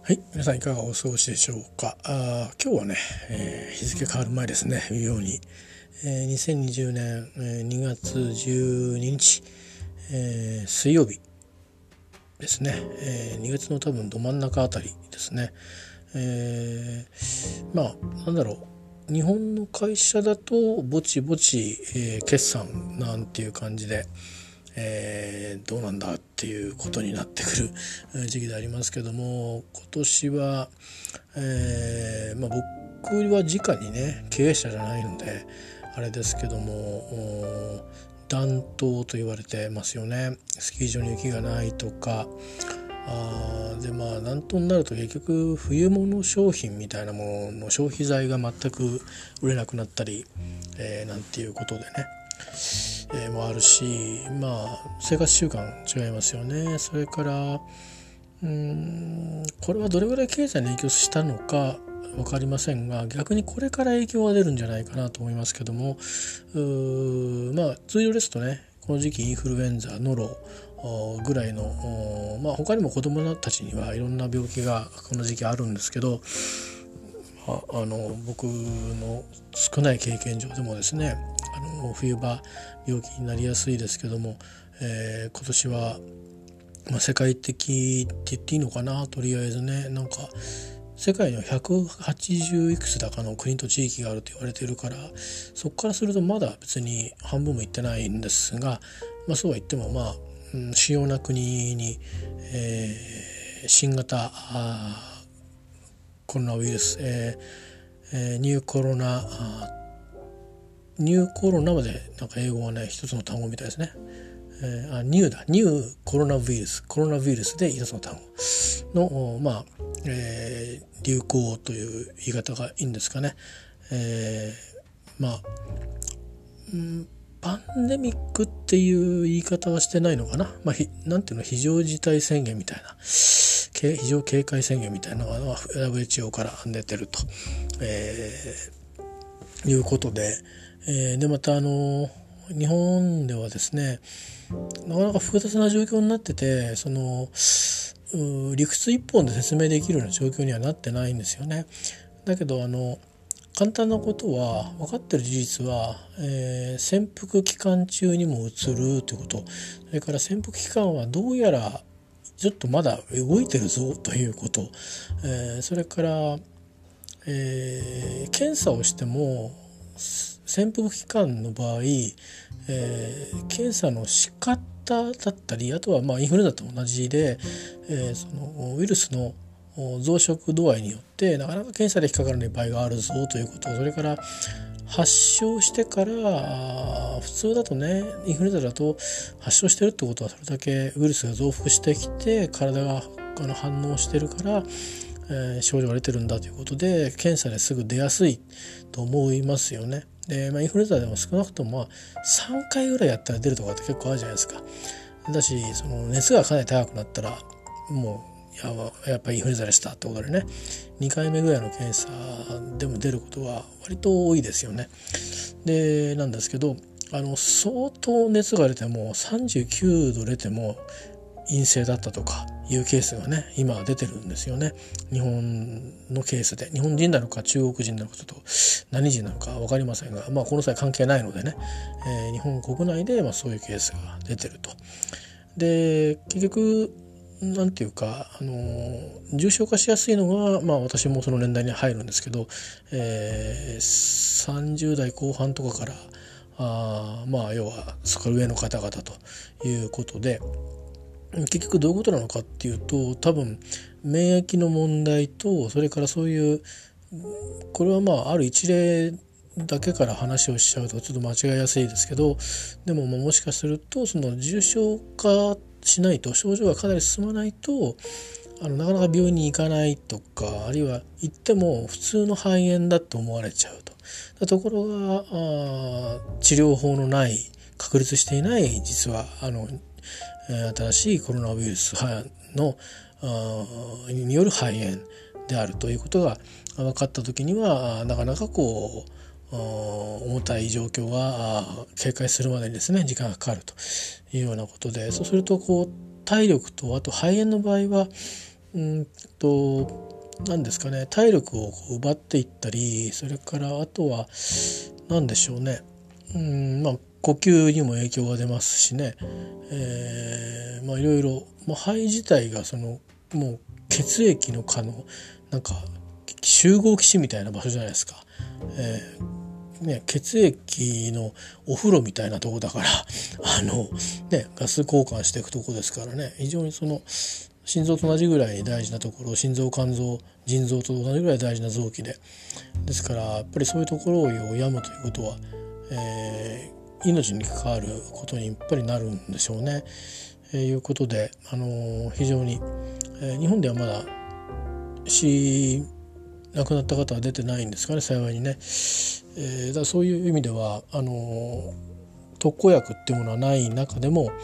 はい、皆さんいかがお過ごしでしょうか。今日はね、日付変わる前ですね、いうように、2020年、2月12日、水曜日ですね、2月の多分ど真ん中あたりですね。なんだろう、日本の会社だとぼちぼち、決算なんていう感じで、どうなんだっていうことになってくる時期でありますけども、今年は、僕は直にね経営者じゃないのであれですけども、暖冬と言われてますよね。スキー場に雪がないとか、暖冬になると結局冬物商品みたいなものの消費財が全く売れなくなったり、なんていうことでね、もあるし、生活習慣違いますよね。それからこれはどれぐらい経済に影響したのか分かりませんが、逆にこれから影響が出るんじゃないかなと思いますけども、通常ですとね、この時期インフルエンザノロぐらいの、他にも子どもたちにはいろんな病気がこの時期あるんですけど、僕の少ない経験上でもですね、冬場病気になりやすいですけども、今年は、世界的って言っていいのかな、とりあえずね、なんか世界には180いくつだかの国と地域があると言われているから、そこからするとまだ別に半分もいってないんですが、そうは言っても主要な国に、新型コロナウイルス、ニューコロナまでなんか英語はね一つの単語みたいですね。ニューコロナウイルスで一つの単語の、流行という言い方がいいんですかね。パンデミックっていう言い方はしてないのかな。なんていうの、非常事態宣言みたいな、非常警戒宣言みたいなのが WHO から出てると、いうことで、また日本ではですね、なかなか複雑な状況になってて、理屈一本で説明できるような状況にはなってないんですよね。だけど簡単なことは分かってる事実は、潜伏期間中にもうつるということ、それから潜伏期間はどうやらちょっとまだ動いてるぞということ、それから、検査をしても潜伏期間の場合、検査の仕方だったり、あとはインフルエンザと同じで、そのウイルスの増殖度合いによってなかなか検査で引っかからない場合があるぞということ、それから発症してから普通だとね、インフルエンザだと発症してるってことはそれだけウイルスが増幅してきて体が反応してるから、症状が出てるんだということで検査ですぐ出やすいと思いますよね。で、インフルエンザでも少なくとも3回ぐらいやったら出るとかって結構あるじゃないですか。だし、その熱がかなり高くなったらもうやっぱりインフルエンザでしたってことでね、2回目ぐらいの検査でも出ることは割と多いですよね。でなんですけど、相当熱が出ても39度出ても陰性だったとかいうケースがね今出てるんですよね。日本のケースで、日本人なのか中国人なのかちょっと何人なのか分かりませんが、この際関係ないのでね、日本国内でそういうケースが出てると。で結局なんていうか、重症化しやすいのが、私もその年代に入るんですけど、30代後半とかから要はそこから上の方々ということで、結局どういうことなのかっていうと、多分免疫の問題と、それからそういうこれはある一例だけから話をしちゃうとちょっと間違いやすいですけど、でももしかするとその重症化しないと、症状がかなり進まないとなかなか病院に行かないとか、あるいは行っても普通の肺炎だと思われちゃうところが治療法のない、確立していない実は新しいコロナウイルスのによる肺炎であるということが分かった時には、なかなか重たい状況が警戒するまでにですね時間がかかるというようなことで、そうすると体力と、あと肺炎の場合は何ですかね、体力を奪っていったり、それからあとは何でしょうね、呼吸にも影響が出ますしね、いろいろ、肺自体がもう血液のなんか集合基地みたいな場所じゃないですか。血液のお風呂みたいなとこだからガス交換していくとこですからね、非常に心臓と同じぐらい大事なところ、心臓肝臓腎臓と同じぐらい大事な臓器ですから、やっぱりそういうところを病むということは、命に関わることにやっぱりなるんでしょうね。いうことで、非常に、日本ではまだ亡くなった方は出てないんですかね、幸いにね。だからそういう意味では特効薬っていうものはない中でも、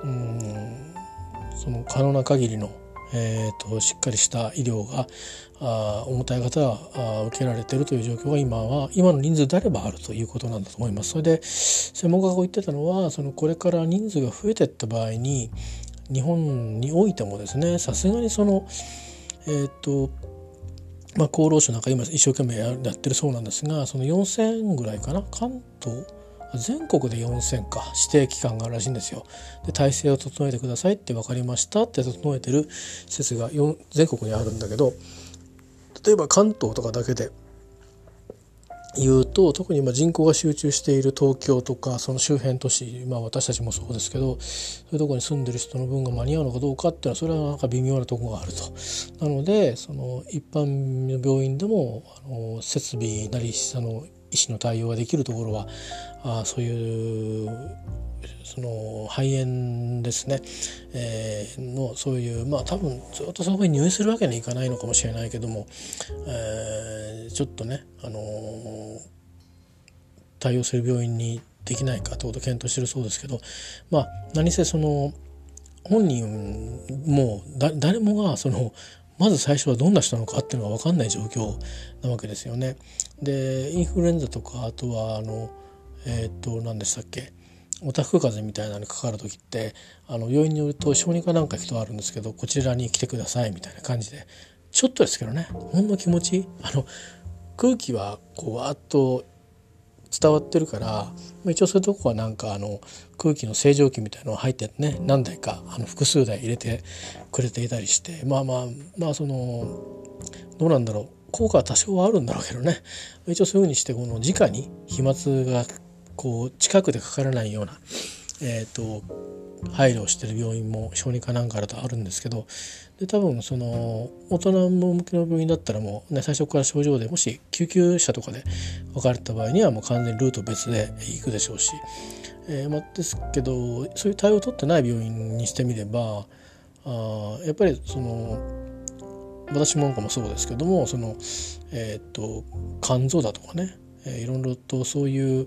その可能な限りの、しっかりした医療が重たい方は受けられているという状況が今の人数であればあるということなんだと思います。それで専門家が言ってたのは、これから人数が増えていった場合に日本においてもですね、さすがに厚労省なんか今一生懸命やってるそうなんですが、4000ぐらいかな、関東全国で4000か指定機関があるらしいんですよ。で、体制を整えてくださいって、分かりましたって整えてる施設が全国にあるんだけど、例えば関東とかだけで言うと、特に今人口が集中している東京とかその周辺都市、私たちもそうですけど、そういうところに住んでる人の分が間に合うのかどうかっていうのは、それはなんか微妙なところがあると。なので一般の病院でも設備なり医師の対応ができるところはそういう肺炎ですね、のそういう多分ずっとそこに入院するわけにはいかないのかもしれないけども、ちょっとね、対応する病院にできないかということを検討しているそうですけど、何せ本人も誰もがまず最初はどんな人なのかっていうのが分かんない状況なわけですよね。で、インフルエンザとか、あとは何でしたっけ、オタフク風邪みたいなのにかかる時って病院によると小児科なんか行くとあるんですけど、こちらに来てくださいみたいな感じで、ちょっとですけどね、ほんの気持ち空気はわーっと伝わってるから、一応そういうとこはなんか空気の清浄機みたいなのが入ってね、何台か複数台入れてくれていたりして、どうなんだろう、効果は多少はあるんだろうけどね、一応そういうふうにして直に飛沫が近くでかからないような配慮をしている病院も小児科なんかだとあるんですけど、で多分大人向けの病院だったらもう、最初から症状でもし救急車とかで分かれた場合にはもう完全にルート別で行くでしょうし、ですけどそういう対応を取ってない病院にしてみればやっぱり私もなんかもそうですけども、肝臓だとかね、いろいろとそういう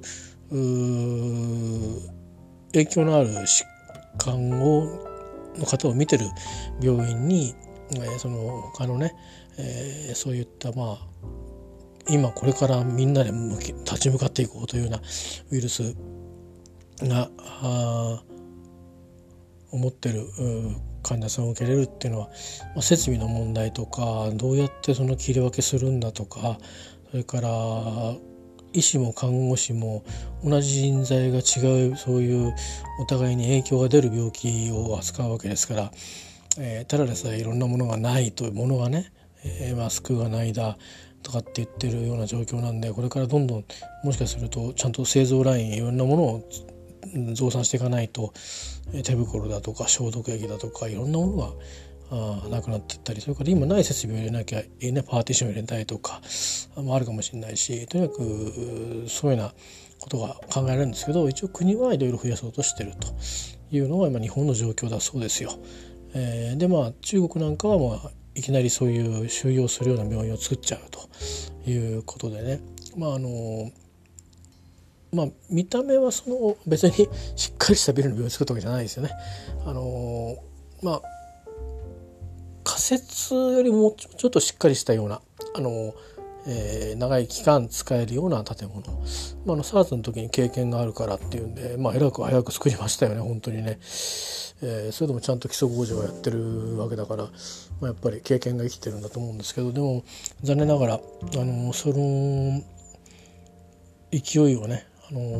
影響のある疾患の方を見てる病院に、他のね、そういった今これからみんなで立ち向かっていこうというようなウイルスが思ってる患者さんを受けれるっていうのは、設備の問題とか、どうやって切り分けするんだとか、それから医師も看護師も同じ人材が違う、そういうお互いに影響が出る病気を扱うわけですから、ただでさえいろんなものがないというものがね、マスクがないだとかって言ってるような状況なんで、これからどんどんもしかするとちゃんと製造ラインいろんなものを増産していかないと、手袋だとか消毒液だとかいろんなものがなくなっていったり、それから今ない設備を入れなきゃいいね、パーティションを入れたりとかもあるかもしれないし、とにかくそういうようなことが考えられるんですけど、一応国はいろいろ増やそうとしているというのが今日本の状況だそうですよ。で中国なんかはいきなりそういう収容するような病院を作っちゃうということでね、見た目は別にしっかりしたビルの病院を作ったわけじゃないですよね。仮設よりもちょっとしっかりしたような長い期間使えるような建物、SARS の時に経験があるからっていうんで、えらく早く作りましたよね、本当にね。 それでもちゃんと基礎控除をやってるわけだから、やっぱり経験が生きてるんだと思うんですけど、でも残念ながらその勢いをね、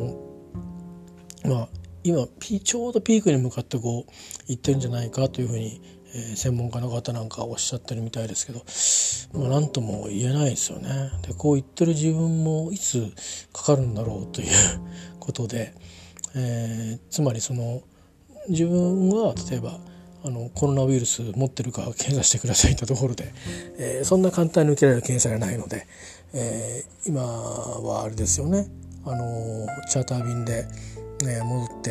今ちょうどピークに向かってこういってるんじゃないかというふうに、専門家の方なんかおっしゃってるみたいですけど、何とも言えないですよね。でこう言ってる自分もいつかかるんだろうということで、つまりその自分が例えばコロナウイルス持ってるか検査してくださいとところで、そんな簡単に受けられる検査がないので、今はあれですよね、チャーター便で、戻って、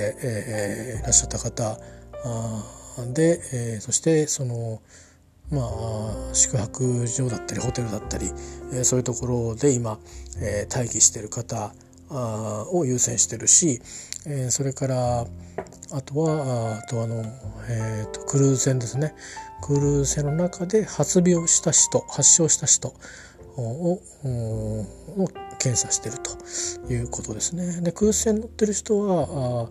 いらっしゃった方で、そしてその宿泊所だったりホテルだったり、そういうところで今、待機している方を優先してるし、それからあとクルーズ船ですね。クルーズ船の中で発症した人を検査しているということですね。でクルーズ船に乗ってる人は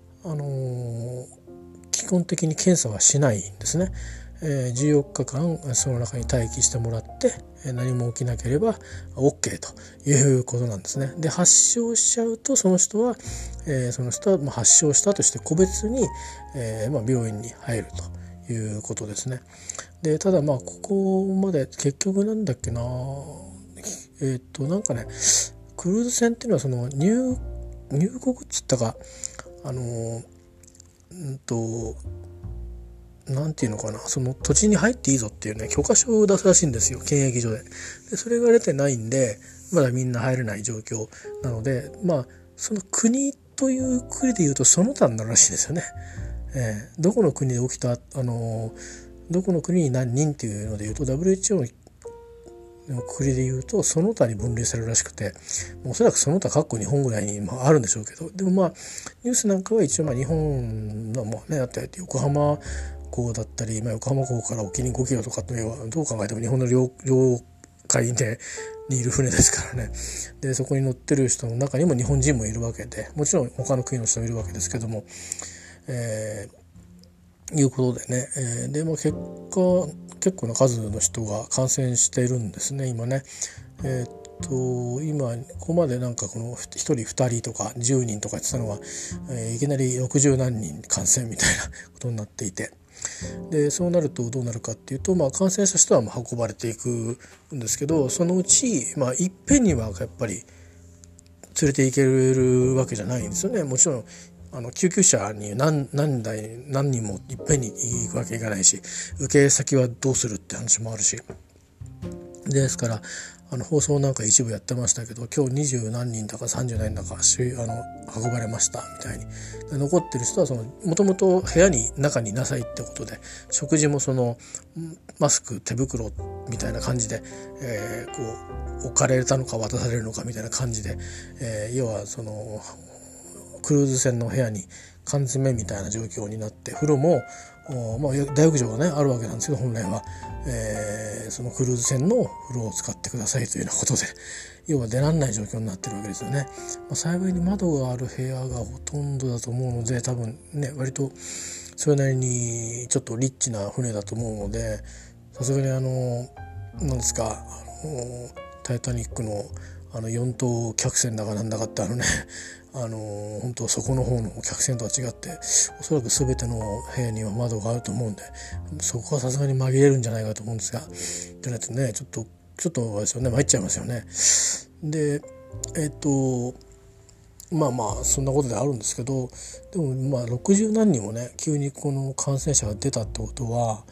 基本的に検査はしないんですね。14日間その中に待機してもらって何も起きなければ OK ということなんですね。で発症しちゃうとその人は発症したとして個別に、病院に入るということですね。でただここまで結局なんだっけな、なんかねクルーズ船っていうのはその入国っつったかなんていうのかな、その土地に入っていいぞっていうね許可証を出すらしいんですよ、検疫所で。それが出てないんでまだみんな入れない状況なので、その国という国でいうとその他になるらしいですよね。どこの国で起きたどこの国に何人っていうのでいうと WHO の国でいうとその他に分類されるらしくて、おそらくその他日本ぐらいにあるんでしょうけど、でもニュースなんかは一応日本のだって横浜港だったり、横浜港から沖に5キロとかっていうのはどう考えても日本の領海にいる船ですからね。でそこに乗ってる人の中にも日本人もいるわけで、もちろん他の国の人もいるわけですけども、いうことでね、で結構な数の人が感染しているんですね今ね。今ここまでこの1人2人とか10人とか言ってたのは、いきなり60何人感染みたいなことになっていて、でそうなるとどうなるかっていうと、感染した人は運ばれていくんですけど、そのうち、いっぺんにはやっぱり連れていけるわけじゃないんですよね。もちろん救急車に何人もいっぺんに行くわけいかないし、受け先はどうするって話もあるし、ですから放送なんか一部やってましたけど、今日20何人だか30何人だか運ばれましたみたいに。で残ってる人はもともと部屋に中にいなさいってことで、食事もマスク手袋みたいな感じで、置かれたのか渡されるのかみたいな感じで、要はクルーズ船の部屋に缶詰みたいな状況になって、風呂も大浴場がねあるわけなんですけど、本来は、そのクルーズ船の風呂を使ってくださいというようなことで、要は出られない状況になってるわけですよね。幸いに窓がある部屋がほとんどだと思うので、多分ね割とそれなりにちょっとリッチな船だと思うので、さすがになんですかタイタニックの4等客船だかなんだかって本当そこの方の客船とは違って、おそらく全ての部屋には窓があると思うんで、そこはさすがに紛れるんじゃないかと思うんですが、じゃないとねちょっとあれですよね、参っちゃいますよね。でそんなことであるんですけど、でも60何人もね急にこの感染者が出たってことは、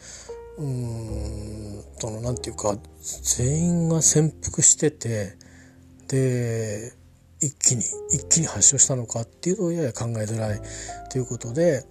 なんていうか全員が潜伏してて、で一気に発症したのかっていうとやや考えづらいということで、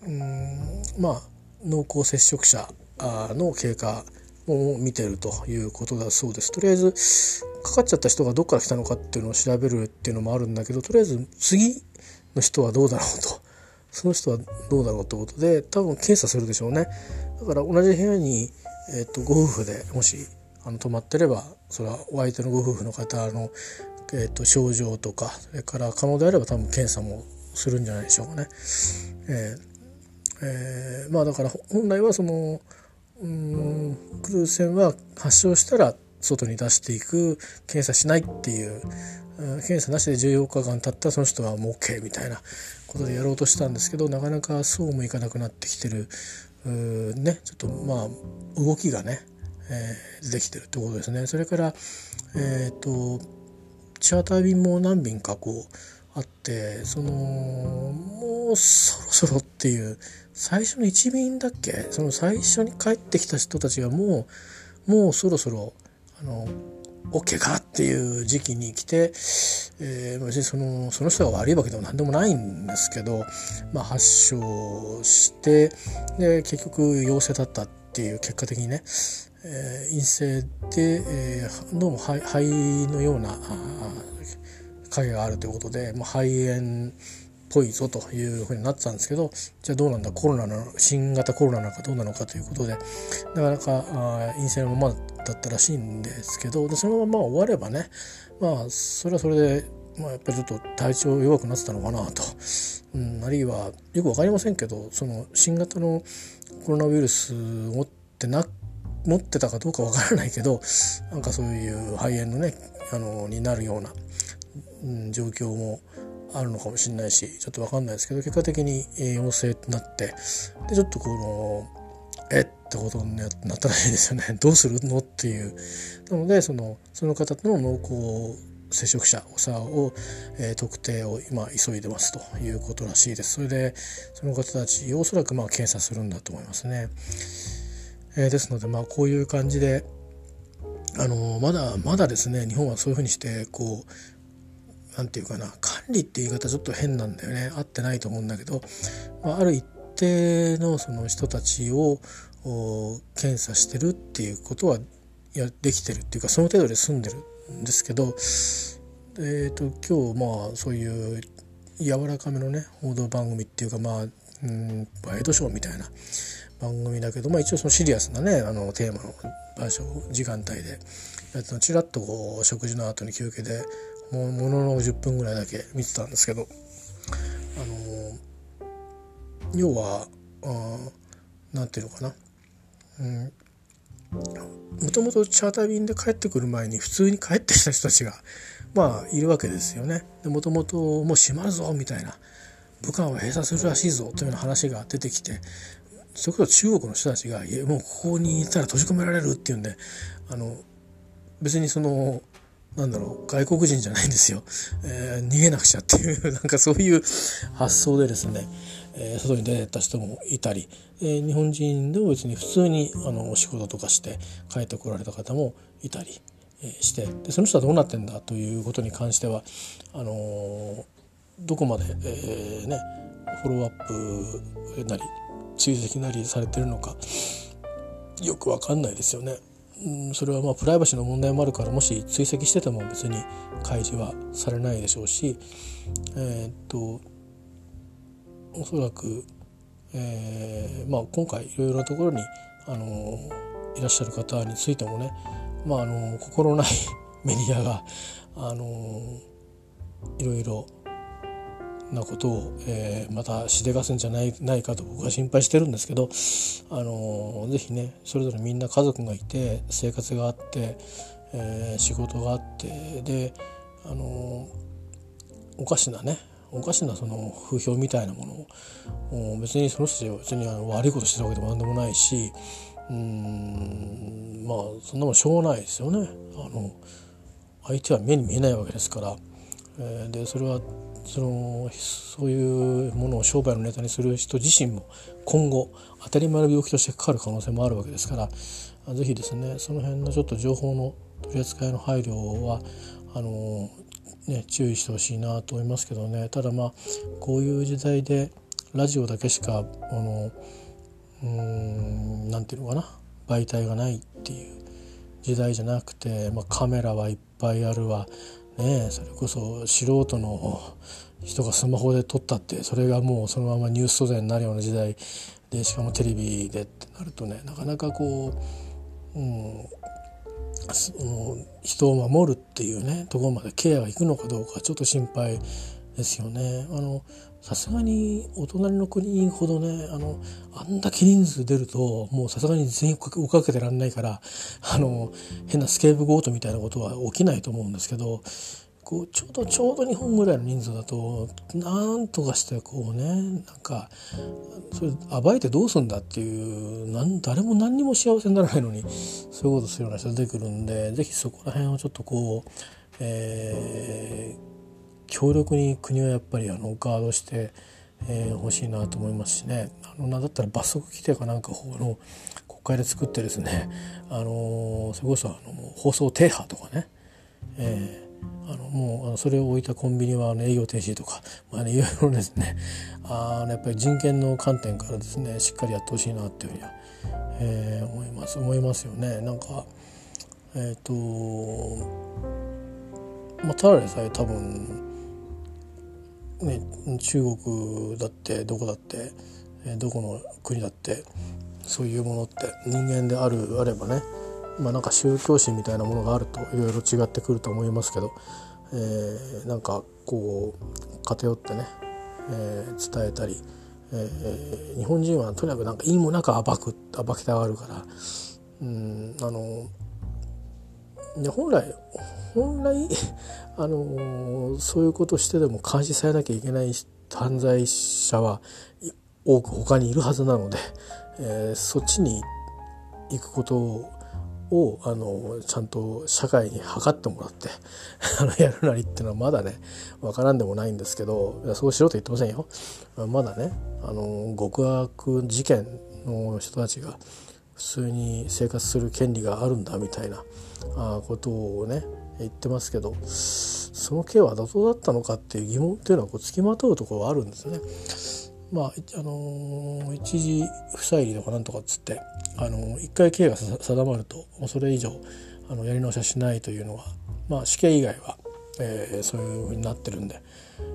濃厚接触者の経過を見ているということだそうです。とりあえずかかっちゃった人がどこから来たのかっていうのを調べるっていうのもあるんだけど、とりあえず次の人はどうだろうと、その人はどうだろうということで多分検査するでしょうね。だから同じ部屋に、ご夫婦でもし泊まってれば、それはお相手のご夫婦の方の症状とか、それから可能であれば多分検査もするんじゃないでしょうかね。 だから本来はそのクルーズ船は発症したら外に出していく、検査しないっていう、検査なしで14日間経ったらその人はもう OK みたいなことでやろうとしたんですけど、なかなかそうもいかなくなってきてるね、ちょっと動きがね、出てきてるってことですね。それからチャーター便も何便かあって、もうそろそろっていう、最初の1便だっけ、その最初に帰ってきた人たちがもうそろそろOK かっていう時期に来て、別にその人が悪いわけでも何でもないんですけど、発症してで結局陽性だったっていう、結果的にね、陰性で、どうも肺のような影があるということで、肺炎っぽいぞというふうになってたんですけど、じゃあどうなんだ、新型コロナなのかどうなのかということで、なかなか陰性のままだったらしいんですけど、でそのまま終わればね、それはそれで、やっぱりちょっと体調弱くなってたのかなと、あるいはよく分かりませんけど、その新型のコロナウイルス持ってたかどうかわからないけど、なんかそういう肺炎のねになるような、状況もあるのかもしれないし、ちょっとわかんないですけど、結果的に陽性になって、でちょっとってことになったらしいですよね。どうするのっていう。なのでその方との濃厚接触者を、特定を今急いでますということらしいです。それでその方たちをおそらく検査するんだと思いますね。ですのでこういう感じでまだですね、日本はそういうふうにしてなんていうかな、管理って言い方ちょっと変なんだよね、合ってないと思うんだけど、ある一定のその人たちを検査してるっていうことはできてるっていうか、その程度で済んでるんですけど、今日そういう柔らかめのね報道番組っていうかワイドショーみたいな番組だけど、一応そのシリアスなねテーマの時間帯でちらっと食事の後に休憩でものの10分ぐらいだけ見てたんですけど、要はなんていうのかな、もともとチャーター便で帰ってくる前に普通に帰ってきた人たちがいるわけですよね。もともともう閉まるぞみたいな、武漢を閉鎖するらしいぞというような話が出てきて、それこそ中国の人たちがもうここにいたら閉じ込められるっていうんで、別に外国人じゃないんですよ、逃げなくちゃっていうなんかそういう発想でですね、外に出てった人もいたり、日本人でも別に普通にお仕事とかして帰ってこられた方もいたりして、でその人はどうなってんだということに関してはどこまで、フォローアップなり追跡なりされてるのかよく分かんないですよね。それはプライバシーの問題もあるから、もし追跡してても別に開示はされないでしょうし、おそらく、今回いろいろなところにいらっしゃる方についてもね、心ないメディアがいろいろなことを、またしでかすんじゃないかと僕は心配してるんですけど、ぜひね、それぞれみんな家族がいて生活があって、仕事があって、でおかしなその風評みたいなものを別にその人たちは別に悪いことしてるわけでも何でもないし、そんなもんしょうがないですよね。相手は目に見えないわけですから、でそれはそういうものを商売のネタにする人自身も今後当たり前の病気としてかかる可能性もあるわけですから、ぜひですね、その辺のちょっと情報の取り扱いの配慮は注意してほしいなと思いますけどね。ただこういう時代でラジオだけしかなんていうのかな、媒体がないっていう時代じゃなくて、カメラはいっぱいあるわね。それこそ素人の人がスマホで撮ったって、それがもうそのままニュース素材になるような時代で、しかもテレビでってなるとね、なかなか人を守るっていうねところまでケアがいくのかどうかちょっと心配ですよね。さすがにお隣の国ほどね、あんだけ人数出るともうさすがに全員追っかけてらんないから、変なスケープゴートみたいなことは起きないと思うんですけど、こうちょうど日本ぐらいの人数だとなんとかしてこうね、なんかそれ暴いてどうすんだっていう、誰も何にも幸せにならないのにそういうことするような人出てくるんで、ぜひそこら辺をちょっとこう、強力に国はやっぱりガードして欲しいなと思いますしね。なんだったら罰則規定かなんか国会で作ってですね、それこそ放送停波とかね、もうそれを置いたコンビニは営業停止とか、いろいろですね、やっぱり人権の観点からですねしっかりやってほしいなっていうふうには、思いますよね。なんかただでさえ多分ね、中国だってどこだって、どこの国だってそういうものって人間であればね、なんか宗教心みたいなものがあるといろいろ違ってくると思いますけど、なんかこう偏ってね、伝えたり、日本人はとにかくなんかいいもなく暴きたがるから、本来そういうことをしてでも監視されなきゃいけない犯罪者は多く他にいるはずなので、そっちに行くことをちゃんと社会に諮ってもらってやるなりっていうのはまだね分からんでもないんですけど、そうしろと言ってませんよ。まだね極悪事件の人たちが普通に生活する権利があるんだみたいなことをね言ってますけど、その刑は妥当だったのかっていう疑問っていうのはつきまとうところがあるんですね。一時不再理とかなんとかっつって一回刑が定まるともうそれ以上やり直しはしないというのは、死刑以外は、そういうふうになってるんで、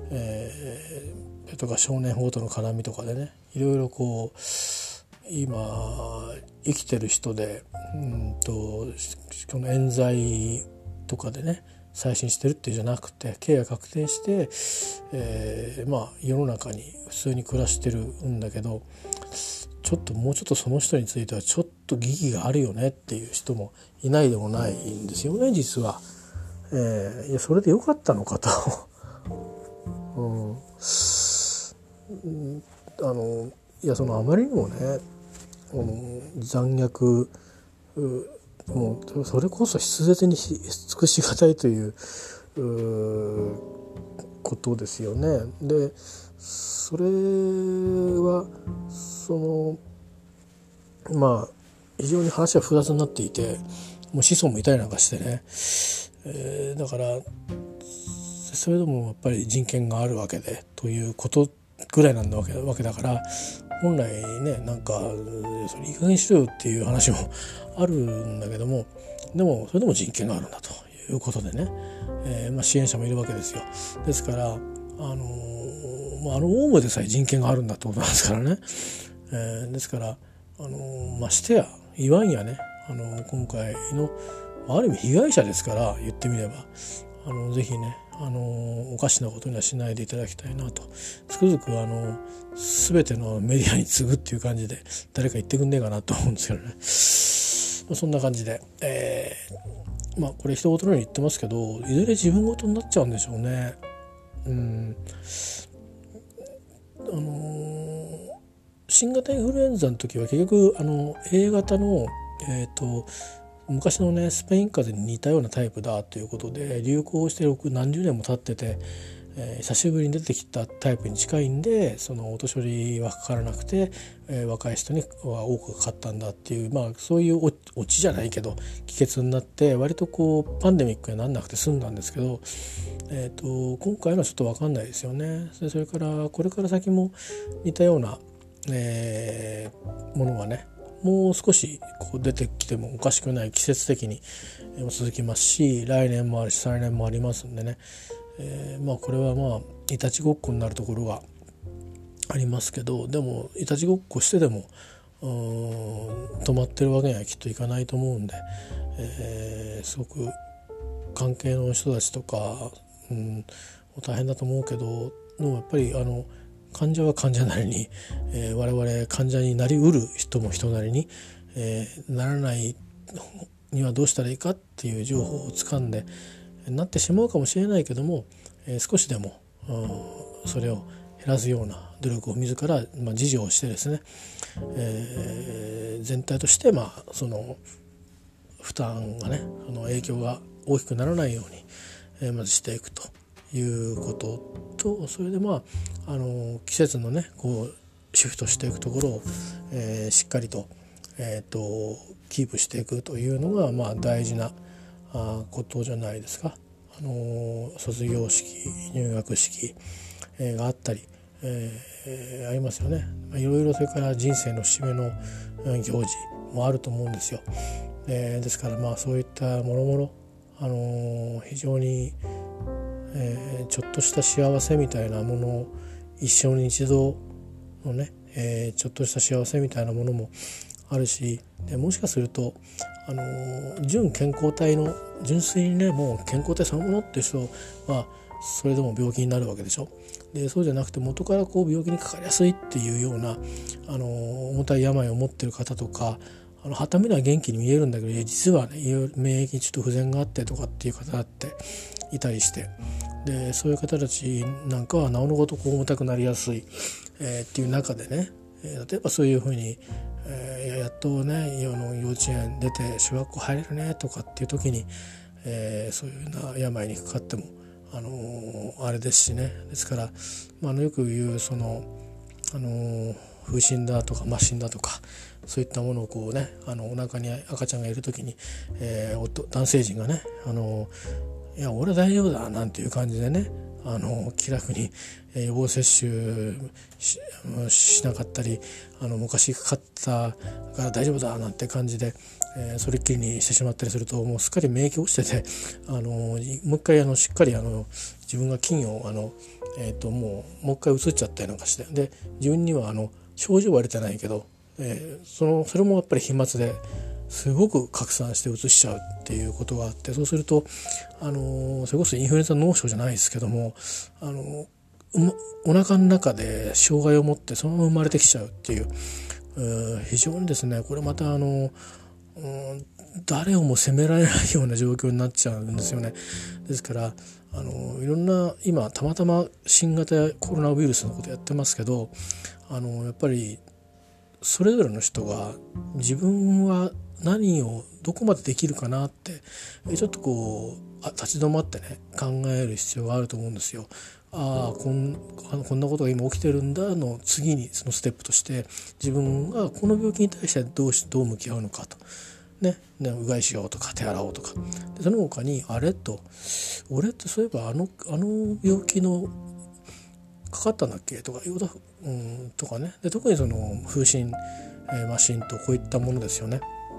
とか少年法との絡みとかでね、いろいろこう今生きてる人でこの冤罪とかでね再審してるっていうんじゃなくて、刑が確定して、世の中に普通に暮らしてるんだけど、もうちょっとその人についてはちょっと疑義があるよねっていう人もいないでもないんですよね実は。いやそれでよかったのかといやあまりにもね残虐、もうそれこそ筆舌に尽くしがたいということですよね。でそれは非常に話は複雑になっていて、もう子孫もいたりなんかしてね、だからそれでもやっぱり人権があるわけでということぐらいなんだわけだから、本来ねなんかそれいい加減にしろよっていう話もあるんだけども、でもそれでも人権があるんだということでね、支援者もいるわけですよ。ですからオウムでさえ人権があるんだってことなんですからね、ですからましてや言わんやね今回のある意味被害者ですから言ってみればぜひねおかしなことにはしないでいただきたいなと、つくづく全てのメディアに次ぐっていう感じで誰か言ってくんねえかなと思うんですけどね。そんな感じで、これ一言のように言ってますけど、いずれ自分事になっちゃうんでしょうね。新型インフルエンザの時は結局A 型の昔のねスペイン風邪に似たようなタイプだということで流行して何十年も経ってて、久しぶりに出てきたタイプに近いんで、そのお年寄りはかからなくて、若い人には多くかかったんだっていう、そういうオチじゃないけど帰結になって割とパンデミックにならなくて済んだんですけど、今回のはちょっと分かんないですよね。それからこれから先も似たような、ものがねもう少し出てきてもおかしくない、季節的に続きますし、来年もあるし再来年もありますんでね、これはいたちごっこになるところがありますけど、でもいたちごっこしてでも止まってるわけにはきっといかないと思うんで、すごく関係の人たちとか、 大変だと思うけど、でもやっぱり患者は患者なりに、我々患者になりうる人も人なりに、ならないにはどうしたらいいかっていう情報をつかんでなってしまうかもしれないけども、少しでも、それを減らすような努力を自ら、自助をしてですね、全体として、その負担がね、影響が大きくならないように、まずしていくということと、それで季節のねこうシフトしていくところを、しっかりと、キープしていくというのが、大事なことじゃないですか。卒業式、入学式、があったり、ありますよね。いろいろ、それから人生の節目の行事もあると思うんですよ。ですからそういったもろもろ非常に、ちょっとした幸せみたいなものを一生に一度のね、ちょっとした幸せみたいなものもあるし、でもしかすると純健康体の純粋にねもう健康体そのものっていう人はそれでも病気になるわけでしょ。でそうじゃなくて元からこう病気にかかりやすいっていうような重たい病を持っている方とか、傍目では元気に見えるんだけど実はね免疫にちょっと不全があってとかっていう方だっていたりして、でそういう方たちなんかはなおのことこう重たくなりやすい、っていう中でね、例えばそういうふうに、やっとね幼稚園出て小学校入れるねとかっていう時に、そういうような病にかかってもあれですしね。ですから、よく言うその風疹だとか麻疹だとかそういったものをこうねお腹に赤ちゃんがいる時に、男性陣がねいや俺は大丈夫だなんていう感じでね気楽に予防接種 しなかったり昔かかったから大丈夫だなんて感じで、それっきりにしてしまったりするともうすっかり免疫落ちててもう一回しっかり自分が菌をもう一回移っちゃったりなんかして、で自分には症状は出てないけど、それもやっぱり飛沫ですごく拡散して移しちゃうっていうことがあって、そうするとそれこそインフルエンザ脳症じゃないですけどもお腹の中で障害を持ってそのまま生まれてきちゃうっていう、非常にですねこれまた誰をも責められないような状況になっちゃうんですよね。ですからいろんな今たまたま新型コロナウイルスのことやってますけどやっぱりそれぞれの人が自分は何をどこまでできるかなってちょっとこう立ち止まってね考える必要があると思うんですよ。こんなことが今起きてるんだの次にそのステップとして自分がこの病気に対してどう向き合うのかと。うがいしようとか手洗おうとかでその他に俺ってそういえば病気のかかったんだっけとかとかね。で特にその風疹、麻疹とこういったものですよね。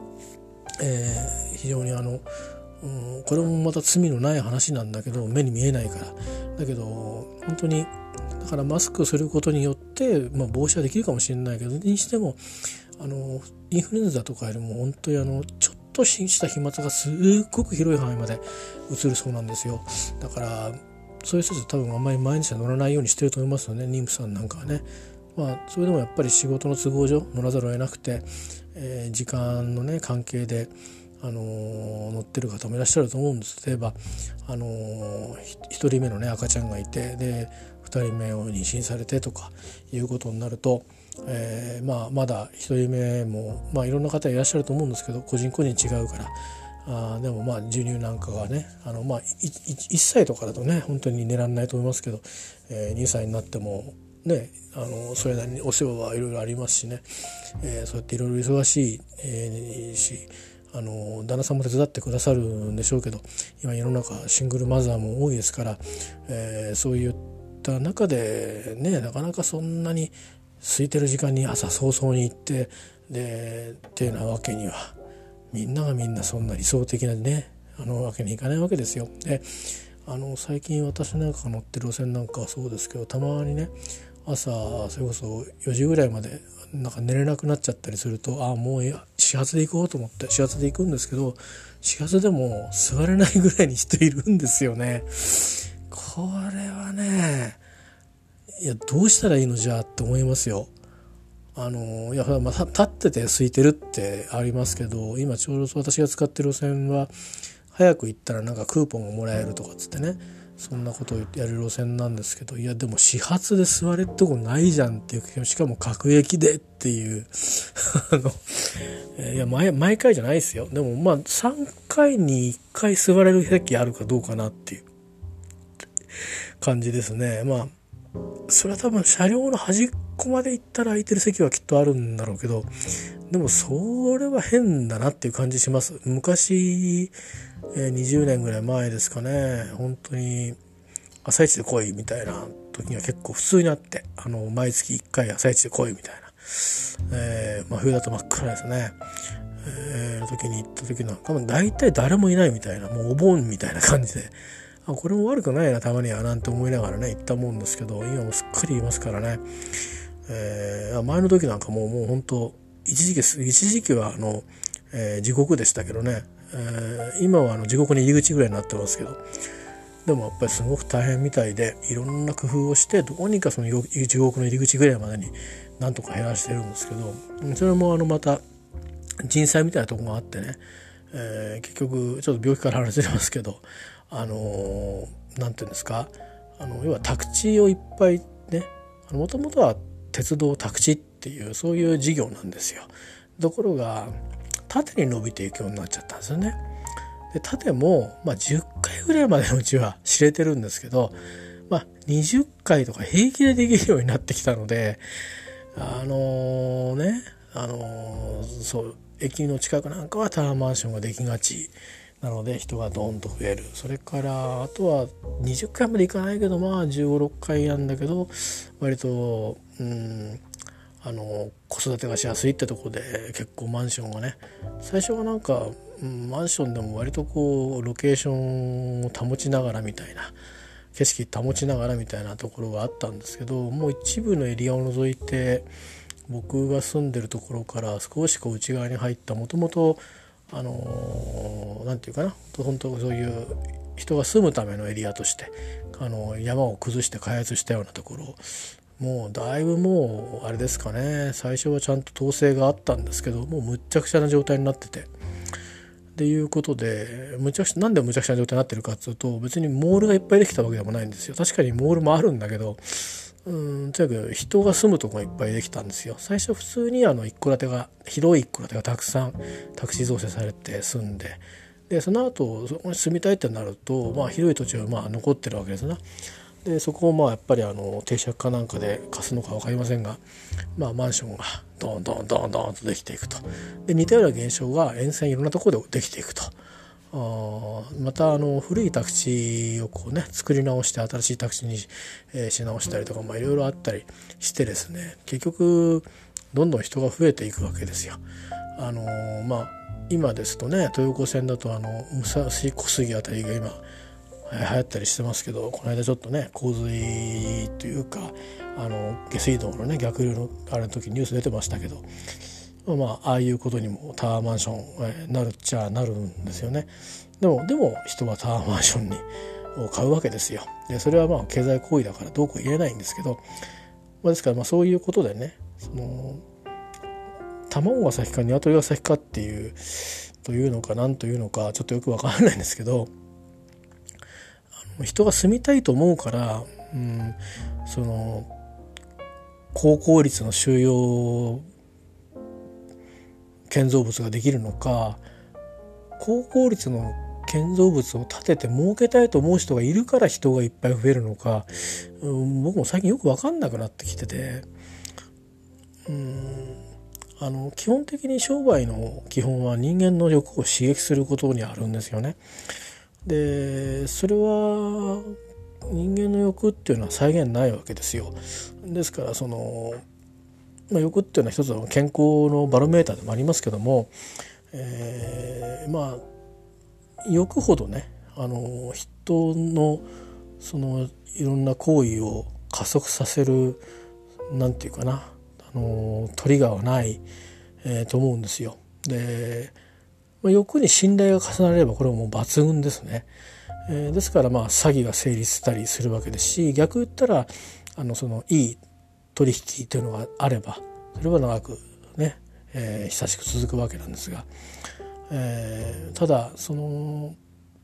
非常にこれもまた罪のない話なんだけど目に見えないからだけど本当にだからマスクすることによって、防止はできるかもしれないけどにしてもインフルエンザとかよりも本当にちょっとした飛沫がすっごく広い範囲まで移るそうなんですよ。だからそういう人たち多分あんまり毎日は乗らないようにしてると思いますよね。妊婦さんなんかはね。それでもやっぱり仕事の都合上乗らざるを得なくて、時間のね関係で乗ってる方もいらっしゃると思うんです。例えば1人目のね赤ちゃんがいてで2人目を妊娠されてとかいうことになると、まだ1人目もいろんな方いらっしゃると思うんですけど個人個人違うからでも授乳なんかがね1歳とかだとね本当に寝られないと思いますけど、2歳になってもねそれなりにお世話はいろいろありますしね、そうやっていろいろ忙しい、し旦那さんも手伝ってくださるんでしょうけど今世の中シングルマザーも多いですから、そういった中でねなかなかそんなに空いてる時間に朝早々に行ってでっていうなわけにはみんながみんなそんな理想的なねわけにいかないわけですよ。で最近私なんかが乗ってる路線なんかはそうですけどたまにね朝それこそ4時ぐらいまでなんか寝れなくなっちゃったりするともう始発で行こうと思って始発で行くんですけど始発でも座れないぐらいに人いるんですよね。ここれはね、いやどうしたらいいのじゃあって思いますよ。いやまあ、立ってて空いてるってありますけど、今ちょうど私が使ってる路線は早く行ったらなんかクーポンがもらえるとかっつってね、そんなことをやる路線なんですけど、いやでも始発で座れるとこないじゃんっていう、しかも各駅でっていういや毎回じゃないですよ。でもまあ3回に1回座れる席あるかどうかなっていう感じですね。まあそれは多分車両の端っこまで行ったら空いてる席はきっとあるんだろうけど、でもそれは変だなっていう感じします。昔、20年ぐらい前ですかね、本当に朝一で来いみたいな時が結構普通にあって、毎月1回朝一で来いみたいな、まあ冬だと真っ暗ですね、時に行った時なんか大体誰もいないみたいな、もうお盆みたいな感じで、これも悪くないなたまにはなんて思いながらね行ったもんですけど、今もすっかりいますからね。前の時なんかもう本当一時期は地獄でしたけどね、今は地獄の入り口ぐらいになってますけど、でもやっぱりすごく大変みたいで、いろんな工夫をしてどうにかその地獄の入り口ぐらいまでになんとか減らしてるんですけど、それもまた人災みたいなところがあってね、結局ちょっと病気から話してますけど、なんていうんですか、要は宅地をいっぱいね、もともとは鉄道宅地っていうそういう事業なんですよ。ところが縦に伸びていくようになっちゃったんですよね。で縦も、10回ぐらいまでのうちは知れてるんですけど、20回とか平気でできるようになってきたので、そう駅の近くなんかはタワーマンションができがちなので人がドーンと増える。それからあとは20回までいかないけど15、6回なんだけど割と子育てがしやすいってとこで結構マンションがね、最初はなんか、マンションでも割とこうロケーションを保ちながらみたいな、景色保ちながらみたいなところがあったんですけど、もう一部のエリアを除いて僕が住んでるところから少しこう内側に入ったもともとなんていうかな、本当そういう人が住むためのエリアとして山を崩して開発したようなところ、もうだいぶもうあれですかね、最初はちゃんと統制があったんですけど、もうむっちゃくちゃな状態になってて、っていうことでなんでむちゃくちゃな状態になってるかっていうと、別にモールがいっぱいできたわけでもないんですよ。確かにモールもあるんだけど、とにかく人が住むとこがいっぱいできたんですよ。最初普通に一戸建てが、広い一戸建てがたくさん宅地造成されて住んで、その後そこに住みたいってなると、広い土地は残ってるわけですな。でそこをやっぱり定借かなんかで貸すのか分かりませんが、マンションがドンドンドンドンとできていくと。で似たような現象が沿線いろんなところでできていくと。また古い宅地をこうね作り直して新しい宅地に、し直したりとかいろいろあったりしてですね、結局どんどん人が増えていくわけですよ。今ですとね、東横線だと武蔵小杉あたりが今流行ったりしてますけど、この間ちょっとね洪水というか下水道のね逆流のあれの時ニュース出てましたけど、ああいうことにもタワーマンション、なるっちゃなるんですよね。でも人はタワーマンションを買うわけですよ。でそれは経済行為だからどうこう言えないんですけど、ですからそういうことでね、卵が先か鶏が先かっていうというのか何というのかちょっとよくわからないんですけど、人が住みたいと思うから、高効率の収容建造物ができるのか、高効率の建造物を建てて儲けたいと思う人がいるから人がいっぱい増えるのか、僕も最近よく分かんなくなってきてて、基本的に商売の基本は人間の欲を刺激することにあるんですよね。でそれは人間の欲っていうのは際限ないわけですよ。ですから欲っていうのは一つの健康のバロメーターでもありますけども、欲ほどね人のいろんな行為を加速させるなんていうかなトリガーはない、と思うんですよ。で欲に信頼が重なればこれはもう抜群ですね。 ですから詐欺が成立したりするわけですし、逆言ったらそのいい取引というのがあればそれは長くね、久しく続くわけなんですが、ただその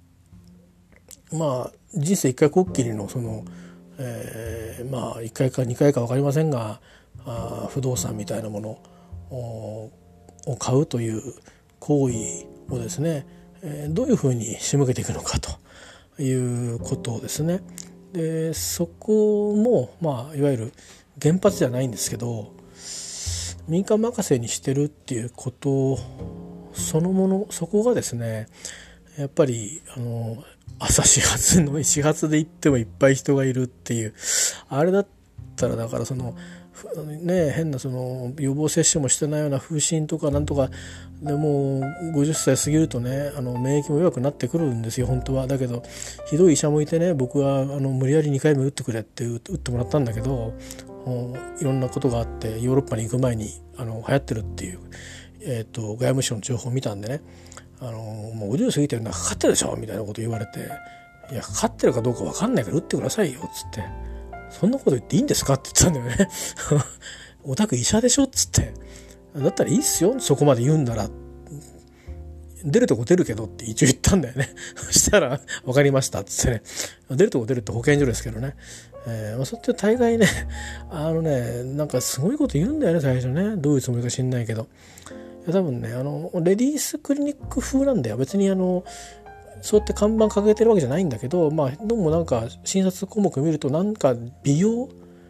人生一回こっきりのその、1回か2回か分かりませんが不動産みたいなものを買うという行為をですね、どういうふうに仕向けていくのかということをですね、でそこもいわゆる原発じゃないんですけど民間任せにしてるっていうことそのもの、そこがですねやっぱり朝始発で行ってもいっぱい人がいるっていう、あれだったらだからそのね、変なその予防接種もしてないような風疹とかなんとかでも50歳過ぎるとね免疫も弱くなってくるんですよ本当は。だけどひどい医者もいてね、僕は無理やり2回目打ってくれって打ってもらったんだけど、いろんなことがあってヨーロッパに行く前に流行ってるっていう、外務省の情報を見たんでね、もう50過ぎてるのはかかってるでしょみたいなこと言われて、いやかかってるかどうか分かんないから打ってくださいよっつって、そんなこと言っていいんですかって言ったんだよねおたく医者でしょっつって、だったらいいっすよそこまで言うんなら、出るとこ出るけどって一応言ったんだよねそしたら分かりましたっつってね、出るとこ出るって保健所ですけどね、そっちは大概ねなんかすごいこと言うんだよね最初ね、どういうつもりか知んないけど、いや多分ねレディースクリニック風なんだよ。別にそうやって看板掲げてるわけじゃないんだけど、どうもなんか診察項目見るとなんか美容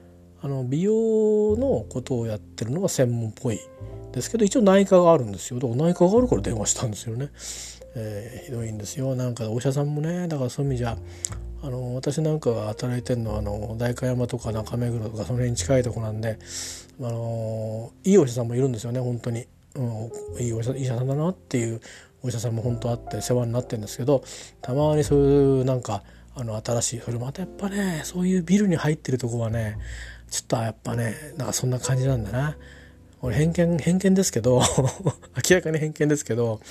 のことをやってるのが専門っぽいですけど、一応内科があるんですよ。だから内科があるから電話したんですよね。ひどいんですよ。なんかお医者さんもね、だからそういう意味じゃ私なんかが働いてるのは代官山とか中目黒とかその辺に近いとこなんで、いいお医者さんもいるんですよね本当に、いいお医者さんだなっていうお医者さんも本当あって世話になってるんですけど、たまにそういうなんか新しい、それまたやっぱねそういうビルに入ってるとこはねちょっとやっぱねなんかそんな感じなんだな。俺偏見ですけど明らかに偏見ですけど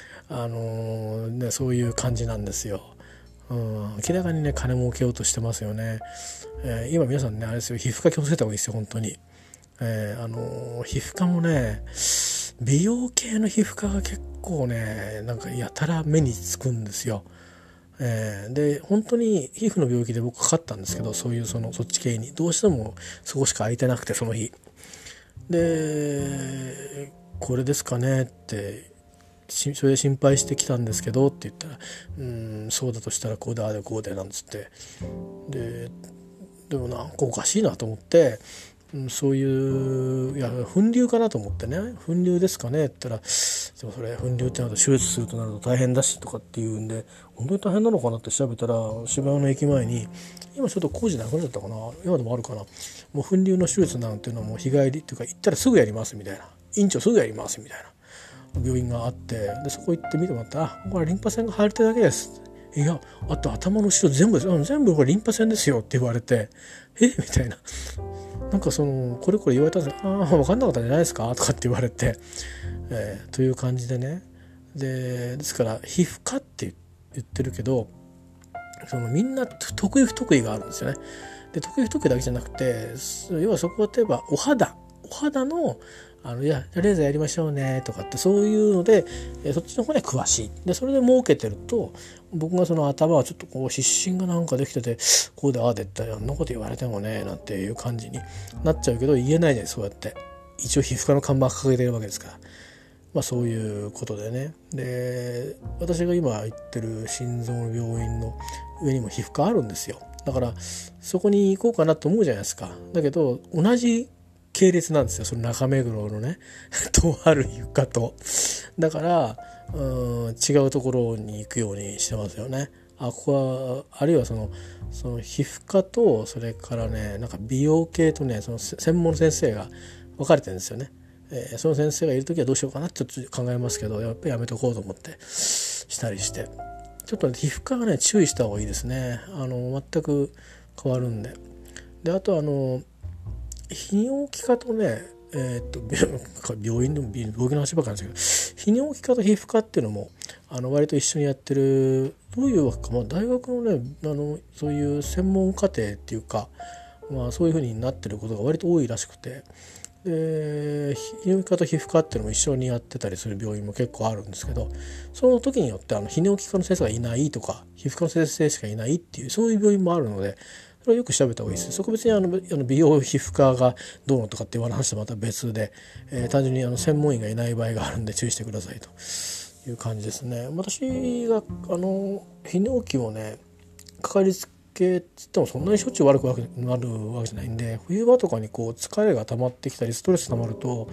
そういう感じなんですよ。明らかにね金儲けようとしてますよね。今皆さんねあれですよ、皮膚科気をつけた方がいいですよ本当に。皮膚科もね美容系の皮膚科が結構ねなんかやたら目につくんですよ。で本当に皮膚の病気で僕かかったんですけど、そういうそっち系にどうしてもそこしか空いてなくて、その日でこれですかねってそれで心配してきたんですけどって言ったら、そうだとしたらこうでああでこうでなんつって、でもなんかおかしいなと思って、そういういや粉瘤かなと思ってね、粉瘤ですかねって言ったら、でもそれ粉瘤ってなると手術するとなると大変だしとかっていうんで、本当に大変なのかなって調べたら、芝生の駅前に今ちょっと工事なくなっちゃったかな、今でもあるかな、もう粉瘤の手術なんていうのはもう日帰りっていうか行ったらすぐやりますみたいな、院長すぐやりますみたいな病院があって、でそこ行って見てもらったら、これリンパ腺が腫れてるだけです、いやあと頭の後ろ全部です、全部これリンパ腺ですよって言われて、みたいな、なんかこれこれ言われたんですよ。分かんなかったんじゃないですかとかって言われて、という感じでね。ですから皮膚科って言ってるけど、みんな得意不得意があるんですよね。で得意不得意だけじゃなくて、要はそこは例えばお肌のいやレーザーやりましょうねとかってそういうので、そっちの方には詳しい。でそれで儲けてると、僕がその頭はちょっとこう湿疹がなんかできててこうでああでってあんなこと言われてもねなんていう感じになっちゃうけど、言えないじゃない、そうやって一応皮膚科の看板掲げてるわけですから、そういうことでね。で私が今行ってる心臓の病院の上にも皮膚科あるんですよ。だからそこに行こうかなと思うじゃないですか。だけど同じ系列なんですよ、その中目黒のねとある床と。だから違うところに行くようにしてますよね。ここはあるいはその皮膚科とそれからねなんか美容系とねその専門の先生が分かれてるんですよね。その先生がいる時はどうしようかなってちょっと考えますけど、やっぱりやめとこうと思ってしたりして、ちょっとね皮膚科がね注意した方がいいですね。全く変わるんで。であと泌尿器科とね、病院の病気の話ばっかりなんですけど、泌尿器科と皮膚科っていうのも割と一緒にやってる、どういうわけか、大学のねそういう専門課程っていうか、そういう風になってることが割と多いらしくて、で泌尿器科と皮膚科っていうのも一緒にやってたりする病院も結構あるんですけど、その時によって泌尿器科の先生がいないとか皮膚科の先生しかいないっていう、そういう病院もあるので、それはよく調べた方がいいです。そこ別に美容皮膚科がどうのとかっていう話とまた別で、単純に専門医がいない場合があるんで注意してくださいという感じですね。私が泌尿器をねかかりつけって言ってもそんなにしょっちゅう悪くなるわけじゃないんで、冬場とかにこう疲れが溜まってきたりストレス溜まると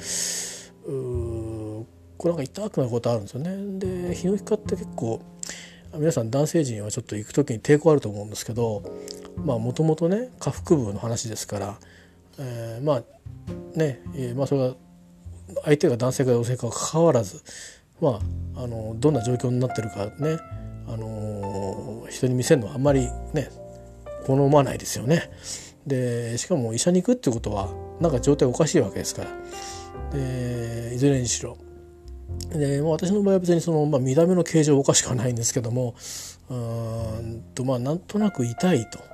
これなんか痛くなることあるんですよね。で泌尿器科って結構皆さん男性陣はちょっと行く時に抵抗あると思うんですけど、もともとね下腹部の話ですから、それは相手が男性か女性かかかわらず、どんな状況になってるかね、人に見せるのはあんまりね好まないですよね。でしかも医者に行くってことはなんか状態おかしいわけですから、でいずれにしろで、私の場合は別に見た目の形状おかしくはないんですけども、なんとなく痛いと、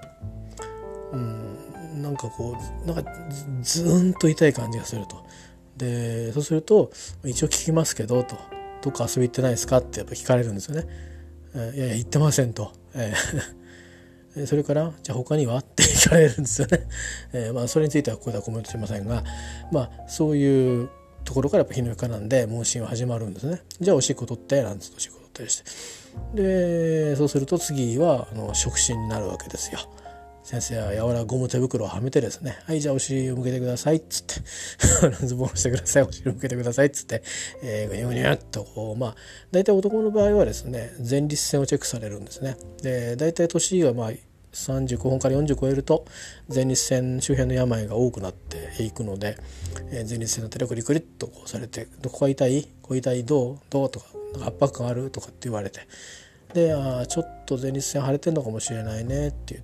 なんかずーんと痛い感じがすると。でそうすると一応聞きますけどと、どっか遊び行ってないですかってやっぱ聞かれるんですよね。いやいや行ってませんと、それからじゃあ他にはって聞かれるんですよね。それについてはここではコメントしませんが、そういうところからやっぱ泌尿器科なんで問診は始まるんですね。じゃあおしっこ取ってなんつっておしっこ取ったりして、でそうすると次は触診になるわけですよ。先生は柔らかゴム手袋をはめてですね、はいじゃあお尻を向けてくださいっつってズボンをしてください、お尻を向けてくださいっつって、ぐにゅぐにゅっと大体男の場合はですね前立腺をチェックされるんですね。で大体年が35本から40超えると前立腺周辺の病が多くなっていくので、前立腺の手でクリクリっとされて、どこが痛い、ここ痛い、どうとか、なんか圧迫感あるとかって言われて、でちょっと前立腺腫れてんのかもしれないねって言って、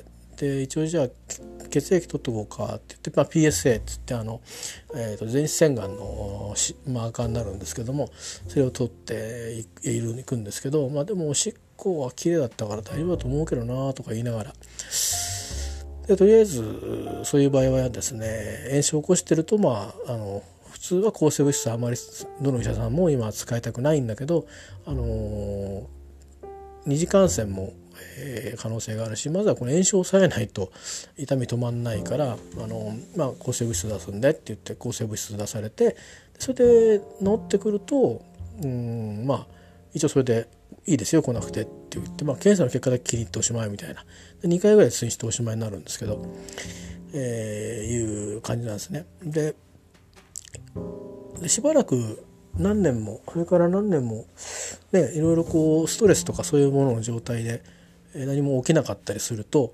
で一応じゃあ血液取っとこうかって言って、PSA って言って前立腺がんのマーカーになるんですけども、それを取っていくんですけど、でもおしっこは綺麗だったから大丈夫だと思うけどなとか言いながら、でとりあえずそういう場合はですね炎症を起こしてると普通は抗生物質あまりどの医者さんも今使いたくないんだけど、二次感染も可能性があるし、まずはこの炎症を抑えないと痛み止まんないから抗生物質出すんでって言って抗生物質出されて、それで治ってくると一応それでいいですよ来なくてって言って、検査の結果だけ気に入っておしまいみたいな、2回ぐらい通院しておしまいになるんですけど、いう感じなんですね。でしばらく何年もそれから何年もねいろいろストレスとかそういうものの状態で何も起きなかったりすると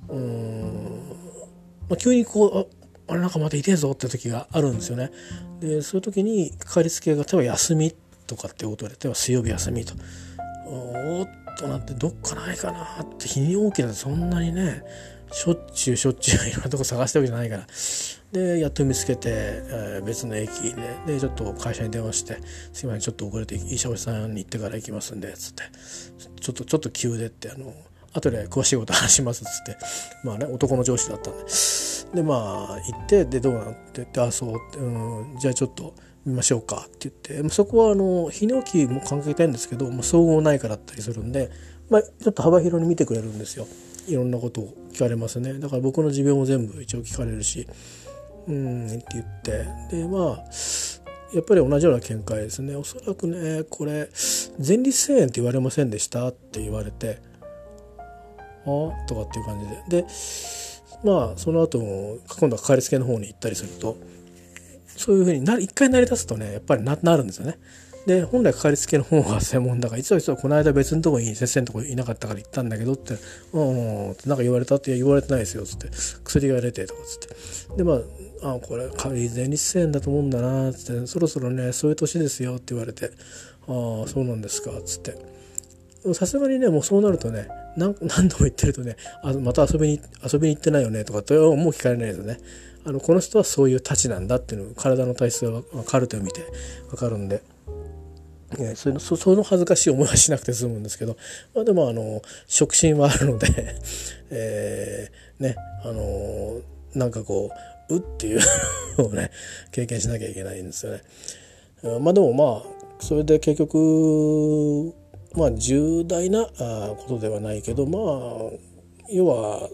急にあれなんかまた痛いぞって時があるんですよね。でそういう時にかかりつけが例えば休みとかってことで、例えば水曜日休みとおっとなってどっかないかなって、泌尿器だってそんなにねしょっちゅういろんなとこ探してるわけじゃないから、でやっと見つけて、別の駅でちょっと会社に電話して「すいませんちょっと遅れて医者さんに行ってから行きますんで」つって「ちょっと急で」って後で詳しいこと話しますっつって男の上司だったんで行ってでどうなってって「そう」って「じゃあちょっと見ましょうか」って言って、そこは泌尿器も関係ないんですけど総合内科だったりするんで、ちょっと幅広に見てくれるんですよ。いろんなことを聞かれますね。だから僕の持病も全部一応聞かれるしって言ってでやっぱり同じような見解ですね。おそらくねこれ前立腺炎って言われませんでしたって言われてとかっていう感じでその後も今度はかかりつけの方に行ったりするとそういう風に一回慣れ出すとねやっぱり なるんですよね。で本来かかりつけの方が専門だから実はこの間別のとこに先生のとこいなかったから行ったんだけどってなんか言われたって言われてないですよつって薬が出てとかつってでこれ前立腺だと思うんだなつってそろそろねそういう年ですよって言われてそうなんですかつってさすがにねもうそうなるとね何度も言ってるとねまた遊びに行ってないよねとかってもう聞かれないですよね。この人はそういうたちなんだっていうのを体の体質がカルテを見て分かるんでその恥ずかしい思いはしなくて済むんですけど、でも触診はあるのでね、なんかこうっていうのをね経験しなきゃいけないんですよね。でもそれで結局重大なことではないけど要は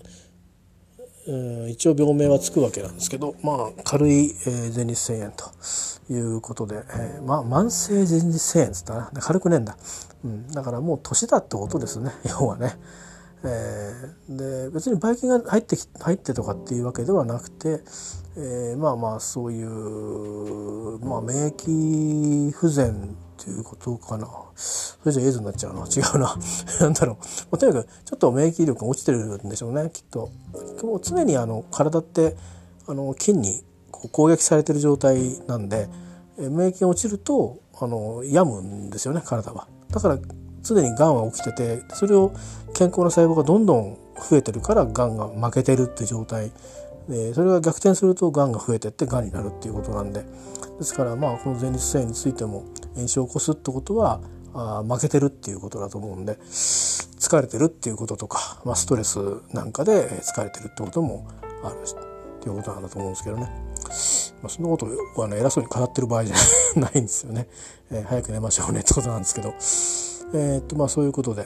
一応病名はつくわけなんですけど、軽い前立腺炎ということで、慢性前立腺炎っつったな、軽くねえんだ、だからもう年だってことですね要はね。で別にばい菌が入ってとかっていうわけではなくて、そういう、免疫不全っていうことかな。それじゃエイズになっちゃうな、違うななんだろう、とにかくちょっと免疫力が落ちてるんでしょうね、きっと。もう常に体って菌に攻撃されてる状態なんで、免疫が落ちると病むんですよね、体は。だから常にがんは起きてて、それを健康な細胞がどんどん増えてるからがんが負けてるっていう状態で、それが逆転するとがんが増えてってがんになるっていうことなんで、ですからこの前立腺炎についても炎症を起こすってことは負けてるっていうことだと思うんで、疲れてるっていうこととか、ストレスなんかで疲れてるってこともあるっていうことなんだと思うんですけどね。そんなことを偉そうに語ってる場合じゃないんですよね。早く寝ましょうねってことなんですけど、そういうことで、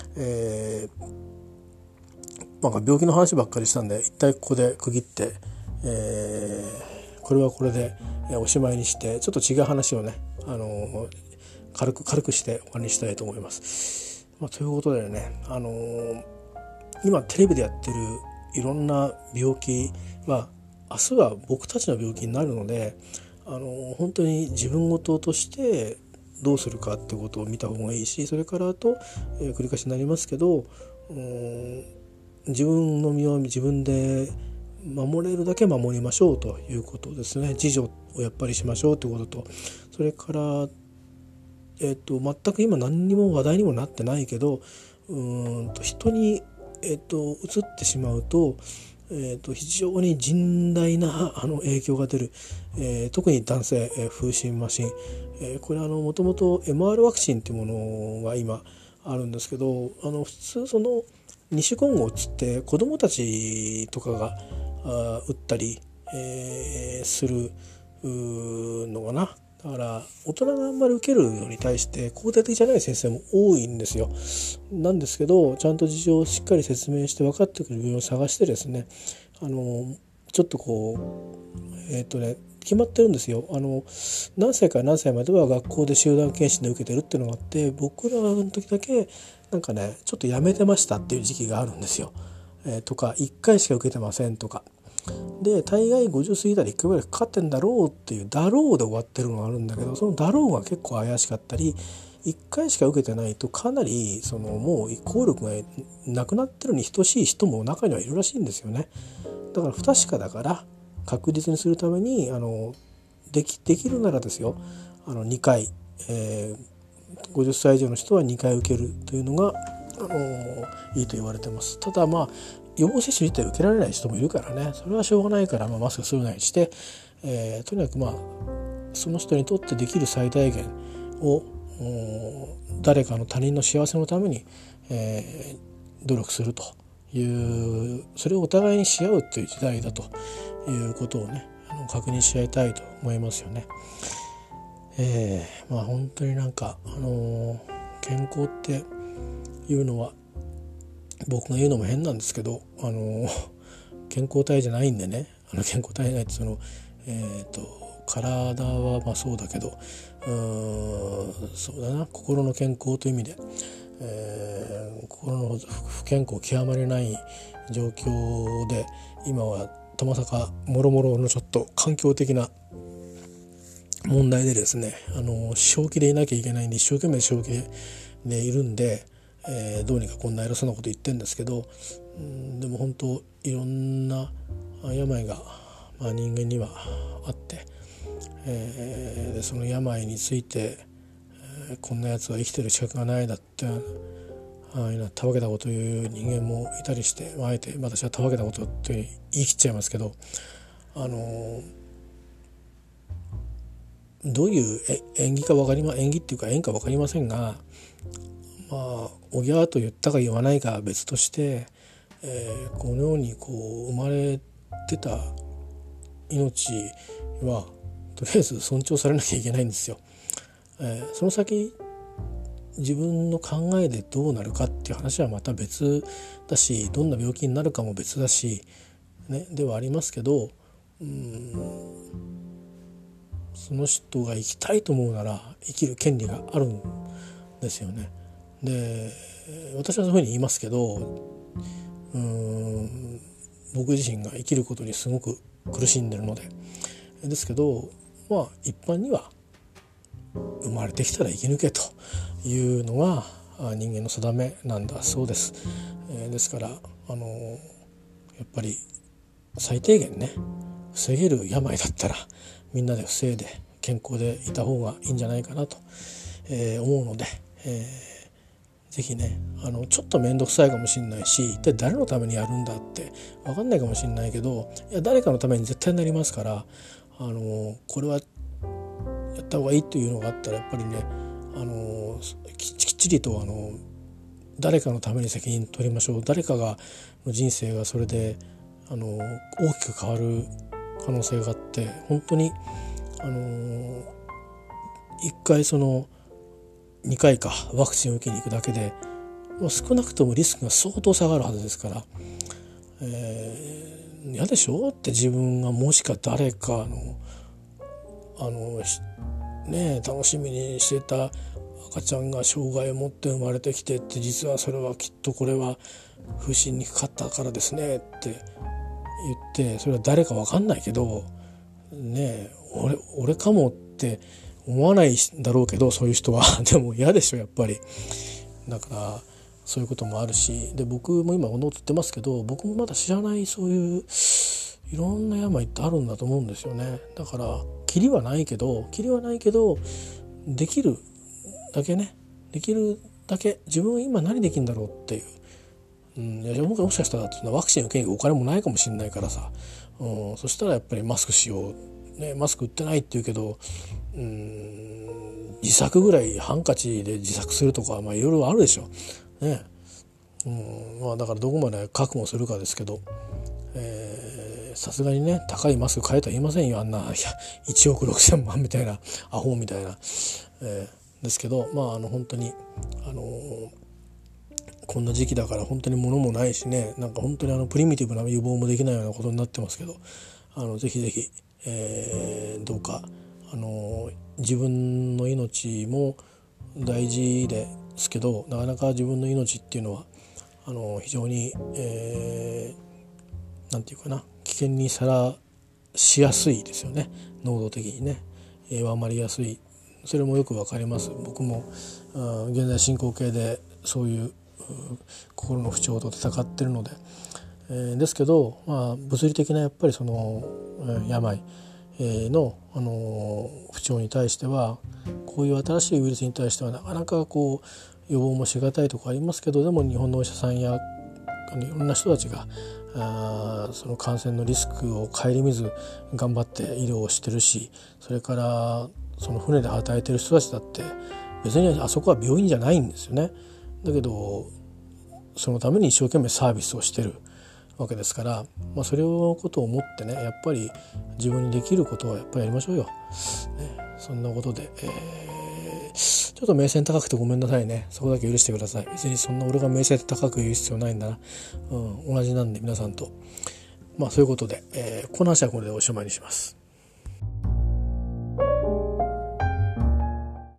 病気の話ばっかりしたんで一体ここで区切って、これはこれでおしまいにして、ちょっと違う話をね、軽くして終わりにしたいと思います。ということでね、今テレビでやってるいろんな病気は明日は僕たちの病気になるので、本当に自分事としてどうするかってことを見た方がいいし、それから繰り返しになりますけど、自分の身は自分で守れるだけ守りましょうということですね。自助をやっぱりしましょうということと、それから全く今何にも話題にもなってないけど、人に移ってしまうと非常に甚大な影響が出る、特に男性、風疹麻疹、これもともと MR ワクチンっていうものが今あるんですけど、普通その二種混合っつって子どもたちとかが打ったり、するのかな。だから大人があんまり受けるのに対して肯定的じゃない先生も多いんですよ。なんですけど、ちゃんと事情をしっかり説明して分かってくる病院を探してですね、ちょっと決まってるんですよ。何歳から何歳までは学校で集団検診で受けてるっていうのがあって、僕らの時だけちょっとやめてましたっていう時期があるんですよ。とか1回しか受けてませんとかで、大概50過ぎたら1回ぐらいかかってんだろうっていうだろうで終わってるのがあるんだけど、そのだろうが結構怪しかったり、1回しか受けてないとかなりもう効力がなくなってるに等しい人も中にはいるらしいんですよね。だから不確かだから確実にするためにできるならですよ、2回、50歳以上の人は2回受けるというのがいいと言われてます。ただ予防接種自体受けられない人もいるからね、それはしょうがないから、マスクするなりして、とにかくその人にとってできる最大限を誰かの他人の幸せのために、努力するという、それをお互いにし合うという時代だということをね確認し合いたいと思いますよね。本当に健康っていうのは僕が言うのも変なんですけど、健康体じゃないんでね、健康体じゃないって体はそうだけど、そうだな、心の健康という意味で、心の不健康極まりない状況で、今はたまさかもろもろのちょっと環境的な問題でですね、正気でいなきゃいけないんで一生懸命正気でいるんで、どうにかこんな偉そうなこと言ってるんですけど、でも本当いろんな病が、人間にはあって、その病について、こんなやつは生きてる資格がないだってたわけたこと言う人間もいたりして、あえて私はたわけたことって言い切っちゃいますけど、 どういう縁起か縁起っていうか縁か分かりませんが、おぎゃーと言ったか言わないかは別として、このようにこう生まれてた命はとりあえず尊重されなきゃいけないんですよ。その先自分の考えでどうなるかっていう話はまた別だし、どんな病気になるかも別だし、ね、ではありますけど、その人が生きたいと思うなら生きる権利があるんですよね。で、私はそういうふうに言いますけど、僕自身が生きることにすごく苦しんでるのでですけど、一般には生まれてきたら生き抜けというのが人間の定めなんだそうです。ですからやっぱり最低限ね、防げる病だったらみんなで防いで健康でいた方がいいんじゃないかなと、思うので、ぜひね、ちょっと面倒くさいかもしれないし、一体誰のためにやるんだって分かんないかもしれないけど、いや誰かのために絶対になりますから、これはやった方がいいというのがあったらやっぱりね、きっちりと誰かのために責任取りましょう。誰かの人生がそれで大きく変わる可能性があって、本当に1回2回かワクチンを受けに行くだけで少なくともリスクが相当下がるはずですから、嫌でしょって自分がもしか誰か楽しみにしてた赤ちゃんが障害を持って生まれてきてって、実はそれはきっとこれは不審にかかったからですねって言って、それは誰か分かんないけどね、俺かもって思わないだろうけど、そういう人はでも嫌でしょやっぱり。だからそういうこともあるし、で僕も今このこと言ってますけど、僕もまだ知らないそういういろんな病ってあるんだと思うんですよね。だからキリはないけどできるだけね、できるだけ自分は今何できるんだろうっていう、もしかしたらワクチン受けに行くお金もないかもしれないからさ、そしたらやっぱりマスクしよう、ね、マスク売ってないって言うけど自作ぐらいハンカチで自作するとかいろいろあるでしょ、ね。だからどこまで覚悟するかですけど、さすがにね高いマスク買えとは言いませんよ。あんな1億6,000万みたいなアホみたいな、ですけど本当にこんな時期だから本当に物もないしね、なんか本当にプリミティブな予防もできないようなことになってますけど、ぜひぜひ、どうか自分の命も大事ですけど、なかなか自分の命っていうのは非常に、なんていうかな、危険にさらしやすいですよね。能動的にね、弱まりやすい。それもよくわかります。僕も現在進行形でそういう心の不調と戦ってるので、ですけど、物理的なやっぱり病の不調に対しては、こういう新しいウイルスに対してはなかなか予防もしがたいところありますけど、でも日本のお医者さんやいろんな人たちがその感染のリスクを顧みず頑張って医療をしてるし、それからその船で働いてる人たちだって別にあそこは病院じゃないんですよね。だけどそのために一生懸命サービスをしてるわけですから、それをことを思ってね、やっぱり自分にできることはやっぱりやりましょうよ、そんなことで、ちょっと名声高くてごめんなさいね。そこだけ許してください。別にそんな俺が名声高く言う必要ないんだな、同じなんで皆さんとそういうことで、この話はこれでおしまいにします。